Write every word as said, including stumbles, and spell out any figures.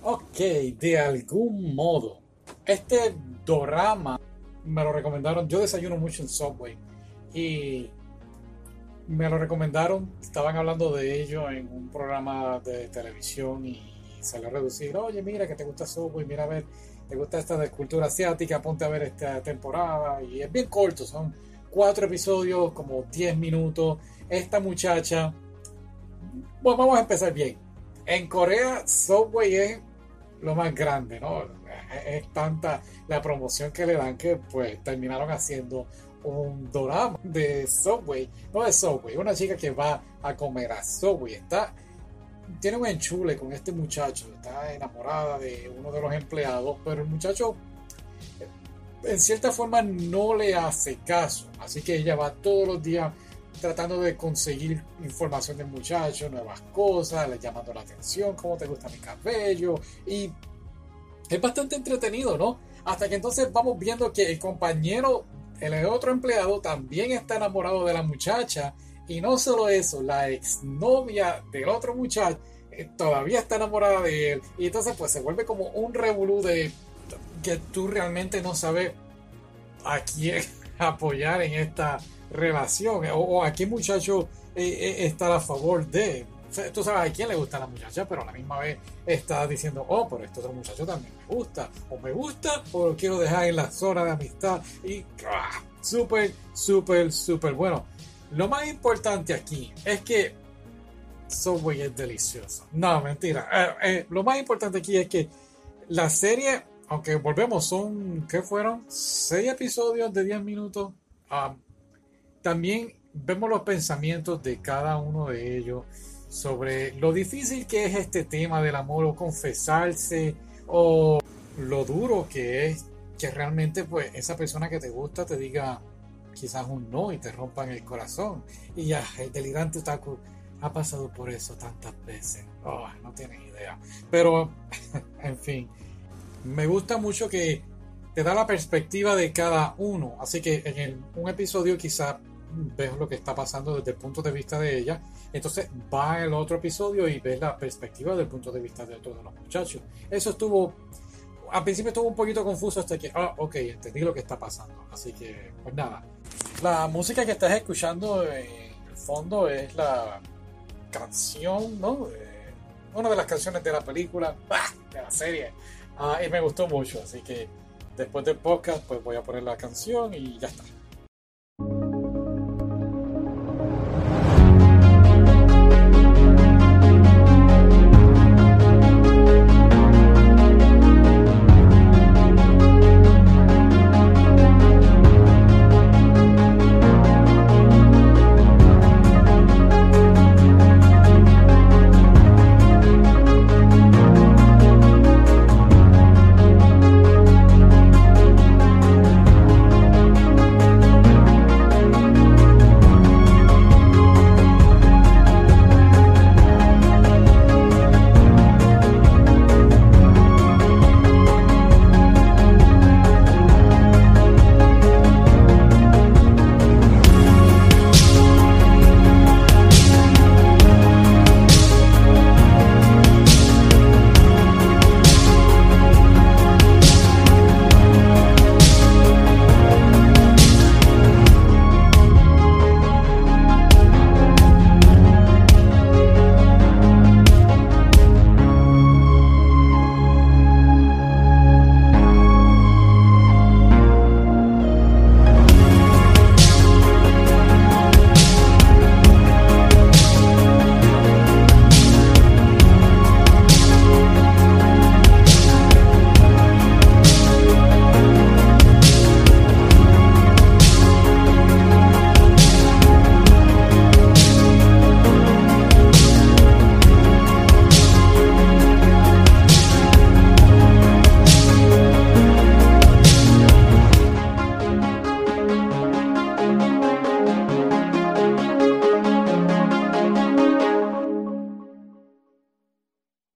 Ok, de algún modo. Este dorama me lo recomendaron. Yo desayuno mucho en Subway y me lo recomendaron. Estaban hablando de ello en un programa de televisión y salió a reducir. Oye, mira que te gusta Subway, mira a ver, te gusta esta de cultura asiática, ponte a ver esta temporada. Y es bien corto, son cuatro episodios, como diez minutos. Esta muchacha, bueno, vamos a empezar bien. En Corea, Subway es lo más grande, ¿no? Es, es tanta la promoción que le dan que pues terminaron haciendo un drama de Subway, no de Subway, una chica que va a comer a Subway, está, tiene un enchule con este muchacho, está enamorada de uno de los empleados, pero el muchacho en cierta forma no le hace caso, así que ella va todos los días tratando de conseguir información del muchacho, nuevas cosas, le llamando la atención, cómo te gusta mi cabello, y es bastante entretenido, ¿no? Hasta que entonces vamos viendo que el compañero, el otro empleado, también está enamorado de la muchacha, y no solo eso, la exnovia del otro muchacho eh, todavía está enamorada de él, y entonces pues se vuelve como un revolú de que tú realmente no sabes a quién apoyar en esta relación o, o a qué muchacho eh, eh, estar a favor de. O sea, tú sabes a quién le gusta a la muchacha, pero a la misma vez está diciendo, oh, pero este otro muchacho también me gusta, o me gusta, o lo quiero dejar en la zona de amistad. Y ¡ah! súper, súper, súper bueno. Lo más importante aquí es que Subway es delicioso. No, mentira. Eh, eh, lo más importante aquí es que la serie, aunque volvemos, son, ¿qué fueron? Seis episodios de diez minutos. Um, también vemos los pensamientos de cada uno de ellos sobre lo difícil que es este tema del amor o confesarse o lo duro que es que realmente pues esa persona que te gusta te diga quizás un no y te rompan el corazón. Y ya, el delirante otaku ha pasado por eso tantas veces. Oh, no tienes idea. Pero, en fin, me gusta mucho que te da la perspectiva de cada uno. Así que en el, un episodio quizás ves lo que está pasando desde el punto de vista de ella. Entonces va el otro episodio y ves la perspectiva del punto de vista de otro de los muchachos. Eso estuvo, al principio estuvo un poquito confuso hasta que, ah, ok, entendí lo que está pasando. Así que, pues nada. La música que estás escuchando en el fondo es la canción, ¿no? Eh, una de las canciones de la película, ¡ah! De la serie. Ah, y me gustó mucho, así que después del podcast pues voy a poner la canción y ya está.